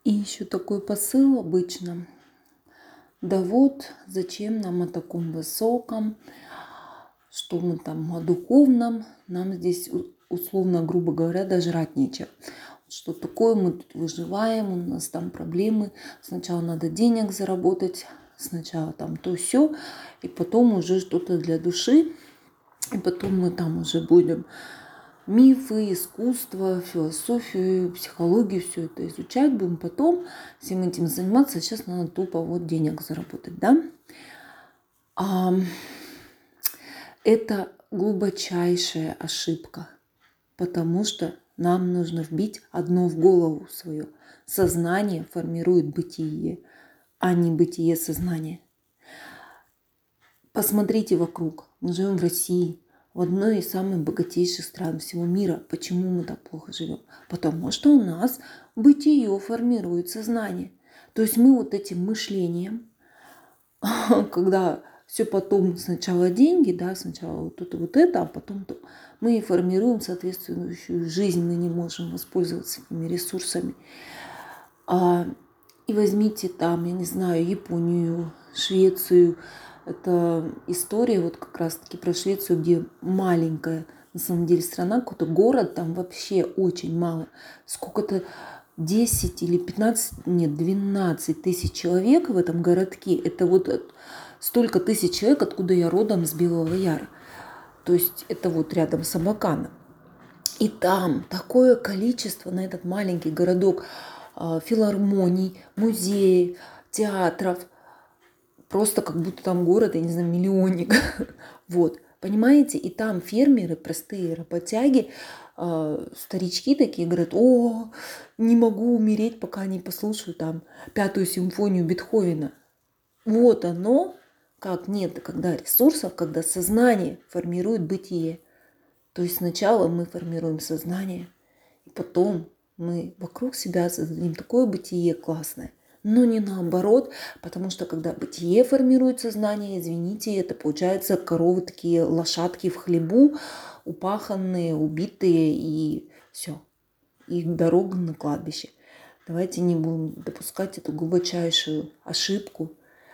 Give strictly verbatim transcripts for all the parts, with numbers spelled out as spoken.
И еще такой посыл обычно. Да вот, зачем нам о таком высоком, что мы там о духовном, нам здесь условно, грубо говоря, даже жрать нечего. Что такое, мы тут выживаем, у нас там проблемы, сначала надо денег заработать, сначала там то все, и потом уже что-то для души, и потом мы там уже будем мифы, искусство, философию, психологию, все это изучать будем потом, всем этим заниматься. Сейчас надо тупо вот денег заработать, да? А это глубочайшая ошибка, потому что нам нужно вбить одно в голову свое. Сознание формирует бытие, а не бытие сознания. Посмотрите вокруг. Мы живем в России, в одной из самых богатейших стран всего мира. Почему мы так плохо живем? Потому что у нас бытие формирует сознание. То есть мы вот этим мышлением, когда все потом сначала деньги, да, сначала вот это, вот это, а потом то, мы формируем соответствующую жизнь, мы не можем воспользоваться этими ресурсами. А, и возьмите там, я не знаю, Японию, Швецию. Это история вот как раз-таки про Швецию, где маленькая, на самом деле, страна, какой-то город, там вообще очень мало. Сколько-то десять или пятнадцать, нет, двенадцать тысяч человек в этом городке. Это вот столько тысяч человек, откуда я родом, с Белого Яра. То есть это вот рядом с Абаканом. И там такое количество на этот маленький городок филармоний, музеев, театров. Просто как будто там город, я не знаю, миллионник. Вот, понимаете? И там фермеры, простые работяги, старички такие говорят: о, не могу умереть, пока не послушаю там пятую симфонию Бетховена. Вот оно, как нет, когда ресурсов, когда сознание формирует бытие. То есть сначала мы формируем сознание, и потом мы вокруг себя создадим такое бытие классное. Но не наоборот, потому что когда бытие формирует сознание, извините, это получается коровы такие, лошадки в хлебу, упаханные, убитые, и все. Их дорога на кладбище. Давайте не будем допускать эту глубочайшую ошибку,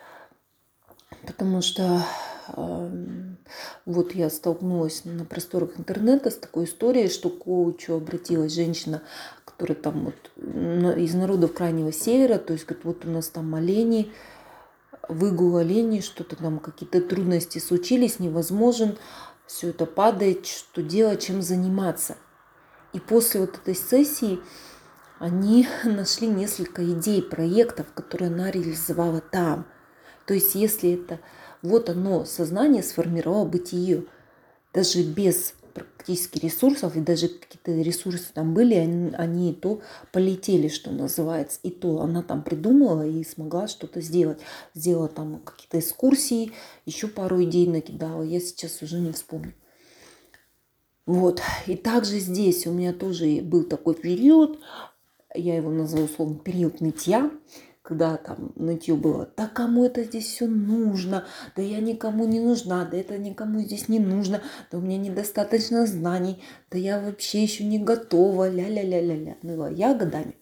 потому что э, вот я столкнулась на просторах интернета с такой историей, что к коучу обратилась женщина, которая там вот из народов Крайнего Севера, то есть говорит, вот у нас там олени, выгул оленей, что-то там, какие-то трудности случились, невозможен, все это падает, что делать, чем заниматься. И после вот этой сессии они нашли несколько идей, проектов, которые она реализовала там. То есть если это вот оно, сознание сформировало бытие, даже без практически ресурсов, и даже какие-то ресурсы там были, они, они и то полетели, что называется, и то она там придумала и смогла что-то сделать. Сделала там какие-то экскурсии, еще пару идей накидала, я сейчас уже не вспомню. Вот, и также здесь у меня тоже был такой период, я его назову условно период нытья, когда там нытье было: да кому это здесь все нужно, да я никому не нужна, да это никому здесь не нужно, да у меня недостаточно знаний, да я вообще еще не готова, ля-ля-ля-ля-ля. Ныла я годами.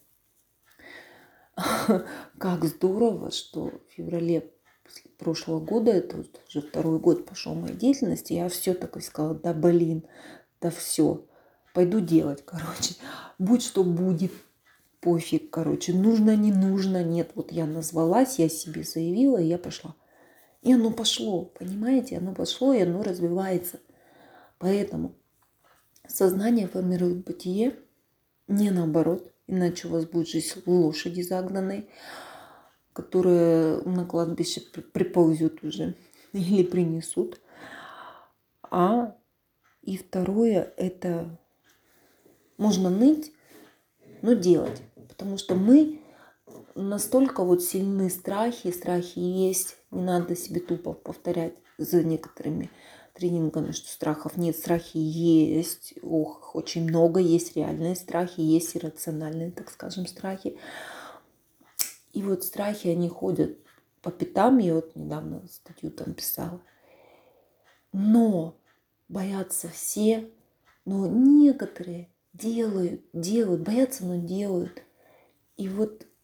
Как здорово, что в феврале прошлого года, это вот уже второй год пошел моей деятельности, я все такое сказала: да блин, да все, пойду делать, короче, будь что будет. Пофиг, короче, нужно, не нужно, нет. Вот я назвалась, я себе заявила, и я пошла. И оно пошло, понимаете? Оно пошло, и оно развивается. Поэтому сознание формирует бытие, не наоборот. Иначе у вас будет жизнь лошади загнанной, которая на кладбище приползет уже или принесут. А и второе, это можно ныть, но делать. Потому что мы настолько вот сильны страхи, страхи есть, не надо себе тупо повторять за некоторыми тренингами, что страхов нет, страхи есть, ох, очень много, есть реальные страхи, есть иррациональные, так скажем, страхи. И вот страхи, они ходят по пятам, я вот недавно статью там писала, но боятся все, но некоторые делают, делают, боятся, но делают. И вот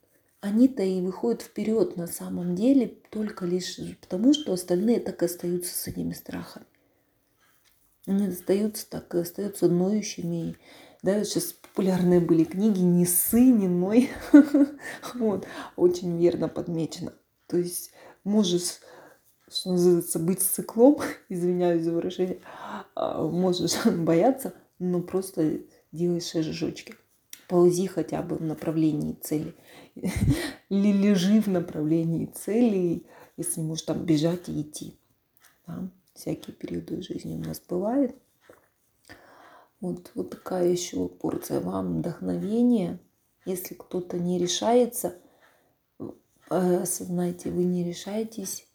они-то и выходят вперед на самом деле только лишь потому, что остальные так и остаются с этими страхами. Они остаются так и остаются ноющими. Да, вот сейчас популярные были книги «Не ссы, не ной». Вот, очень верно подмечено. То есть можешь, что называется, быть циклом, извиняюсь за выражение, а, можешь бояться, но просто делай шажочки. Ползи хотя бы в направлении цели. Или лежи в направлении цели, если можешь там бежать и идти. Да? Всякие периоды жизни у нас бывают. Вот, вот такая еще порция вам вдохновения. Если кто-то не решается, осознайте, вы не решаетесь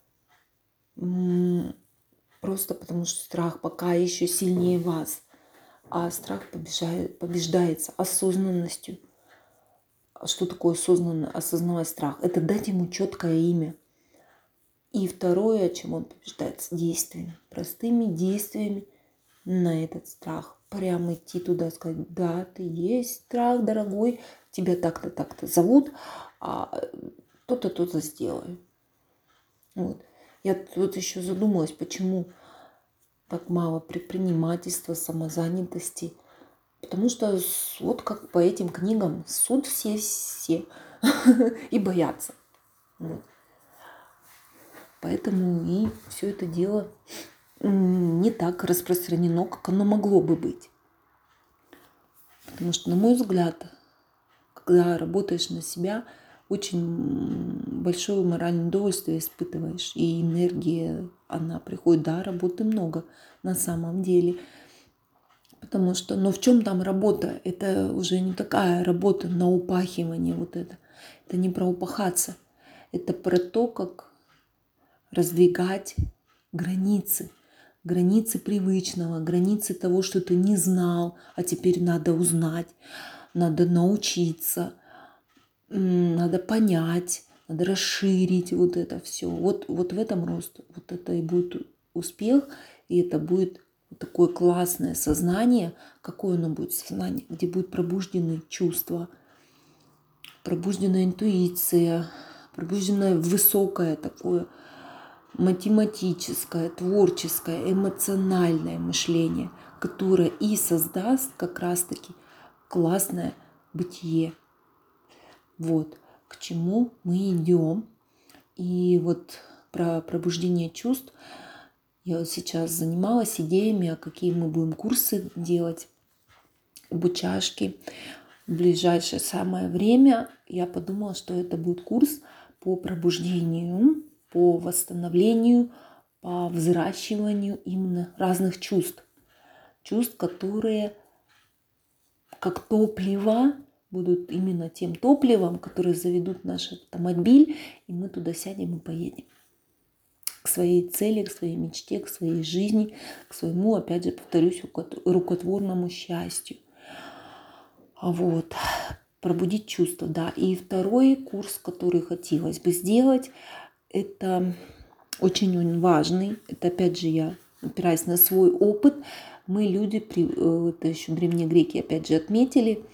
просто потому, что страх пока еще сильнее вас. А страх побеждает, побеждается осознанностью. Что такое осознанно, осознавать страх? Это дать ему четкое имя. И второе, чем он побеждается, действиями. Простыми действиями на этот страх. Прямо идти туда, сказать: да, ты есть страх, дорогой, тебя так-то, так-то зовут, а то-то, то-то сделай. Вот. Я тут еще задумалась, почему так мало предпринимательства, самозанятости. Потому что вот как по этим книгам суд все-все и боятся. Вот. Поэтому и все это дело не так распространено, как оно могло бы быть. Потому что, на мой взгляд, когда работаешь на себя, очень большое моральное удовольствие испытываешь. И энергия, она приходит, да, работы много на самом деле. Потому что, но в чем там работа? Это уже не такая работа на упахивание вот это. Это не про упахаться. Это про то, как раздвигать границы. Границы привычного, границы того, что ты не знал, а теперь надо узнать, надо научиться, надо понять, надо расширить вот это все. Вот, вот в этом рост, вот это и будет успех, и это будет такое классное сознание. Какое оно будет сознание? Где будут пробуждены чувства, пробужденная интуиция, пробужденное высокое такое математическое, творческое, эмоциональное мышление, которое и создаст как раз-таки классное бытие. Вот к чему мы идем. И вот про пробуждение чувств я вот сейчас занималась идеями, а какие мы будем курсы делать, обучашки. В ближайшее самое время я подумала, что это будет курс по пробуждению, по восстановлению, по взращиванию именно разных чувств. Чувств, которые как топливо будут именно тем топливом, которое заведут наш автомобиль, и мы туда сядем и поедем. К своей цели, к своей мечте, к своей жизни, к своему, опять же, повторюсь, рукотворному счастью. Вот. Пробудить чувства, да. И второй курс, который хотелось бы сделать, это очень важный. Это, опять же, я опираясь на свой опыт. Мы, люди, это еще древние греки, опять же, отметили.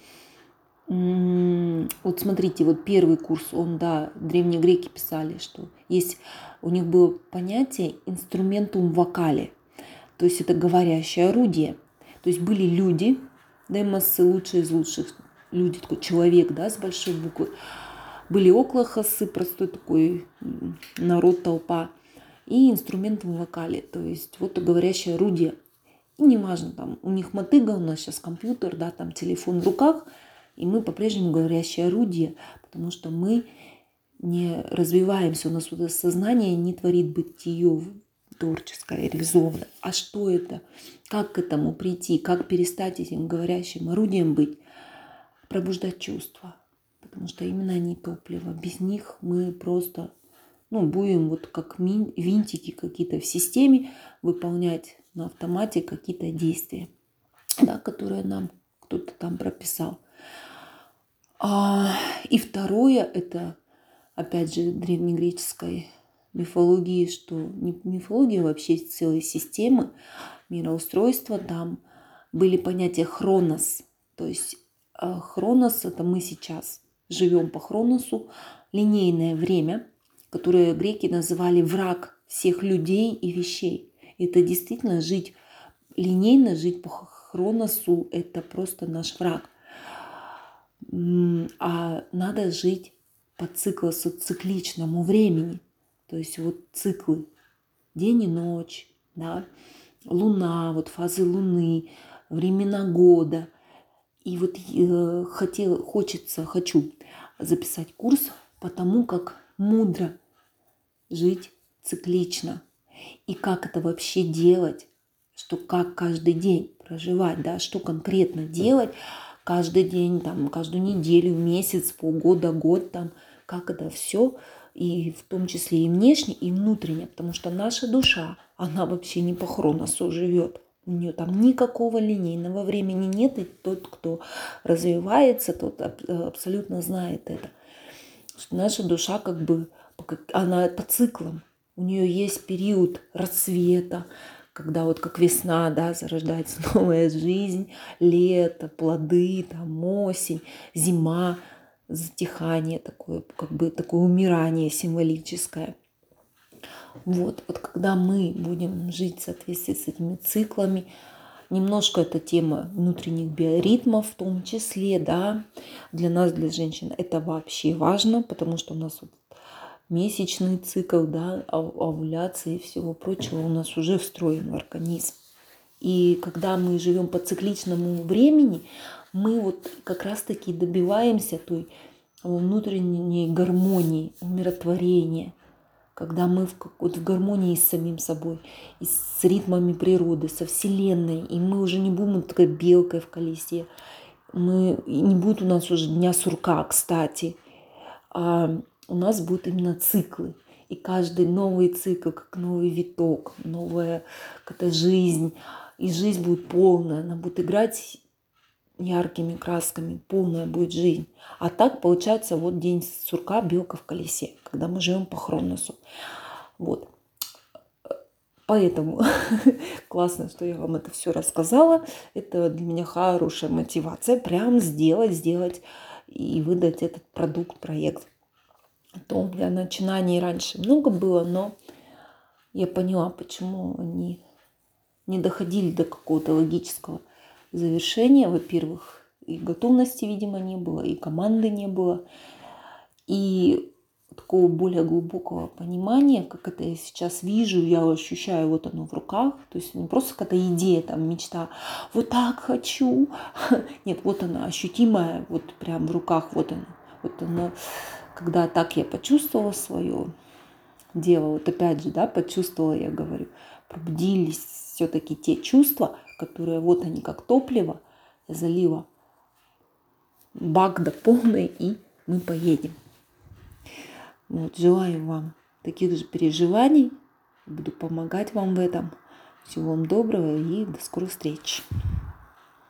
Вот смотрите, вот первый курс, он, да, древние греки писали, что есть, у них было понятие инструментум вокали, то есть это говорящее орудие. То есть были люди, демосы, лучшие из лучших, люди, такой человек, да, с большой буквы. Были оклахосы, простой такой народ, толпа. И инструментом вокали, то есть вот говорящее орудие. И неважно, там у них мотыга, у нас сейчас компьютер, да, там телефон в руках, и мы по-прежнему говорящее орудие, потому что мы не развиваемся, у нас вот это сознание не творит бытие творческое, реализованное. А что это? Как к этому прийти? Как перестать этим говорящим орудием быть? Пробуждать чувства, потому что именно они топливо. Без них мы просто, ну, будем вот как винтики какие-то в системе выполнять на автомате какие-то действия, да, которые нам кто-то там прописал. А, и второе, это, опять же, древнегреческой мифологии, что не мифология, вообще целой системы мироустройства, там были понятия хронос, то есть хронос — это мы сейчас живем по Хроносу, линейное время, которое греки называли враг всех людей и вещей. Это действительно жить линейно, жить по Хроносу, это просто наш враг. А надо жить по циклосу, цикличному времени. То есть вот циклы, день и ночь, да, луна, вот фазы луны, времена года. И вот э, хотел, хочется, хочу записать курс по тому, как мудро жить циклично. И как это вообще делать, что как каждый день проживать, да, что конкретно делать каждый день, там, каждую неделю, месяц, полгода, год, там, как это все, и в том числе и внешне, и внутренне, потому что наша душа, она вообще не по Хроносу живет. У нее там никакого линейного времени нет, и тот, кто развивается, тот абсолютно знает это. Что наша душа как бы, она по циклам. У нее есть период расцвета, когда вот как весна, да, зарождается новая жизнь, лето, плоды, там осень, зима, затихание такое, как бы такое умирание символическое. Вот, вот когда мы будем жить в соответствии с этими циклами, немножко эта тема внутренних биоритмов в том числе, да, для нас, для женщин это вообще важно, потому что у нас вот месячный цикл, да, овуляции и всего прочего у нас уже встроен в организм. И когда мы живем по цикличному времени, мы вот как раз-таки добиваемся той внутренней гармонии, умиротворения, когда мы в, вот в гармонии с самим собой, и с ритмами природы, со Вселенной, и мы уже не будем такой белкой в колесе, мы, и не будет у нас уже дня сурка, кстати, а у нас будут именно циклы. И каждый новый цикл, как новый виток, новая какая-то жизнь. И жизнь будет полная, она будет играть яркими красками, полная будет жизнь. А так получается вот день сурка, белка в колесе, когда мы живем по Хроносу. Вот. Поэтому классно, что я вам это все рассказала. Это для меня хорошая мотивация прям сделать, сделать и выдать этот продукт, проект. То для начинаний раньше много было, но я поняла, почему они не доходили до какого-то логического завершения. Во-первых, и готовности, видимо, не было, и команды не было, и такого более глубокого понимания, как это я сейчас вижу, я ощущаю, вот оно в руках. То есть не просто какая-то идея, там, мечта, вот так хочу. Нет, вот она ощутимая, вот прям в руках, вот она. Вот она. Когда так я почувствовала свое дело, вот опять же, да, почувствовала, я говорю, пробудились все-таки те чувства, которые вот они как топливо, я залила бак до полной, и мы поедем. Вот, желаю вам таких же переживаний, буду помогать вам в этом. Всего вам доброго и до скорых встреч.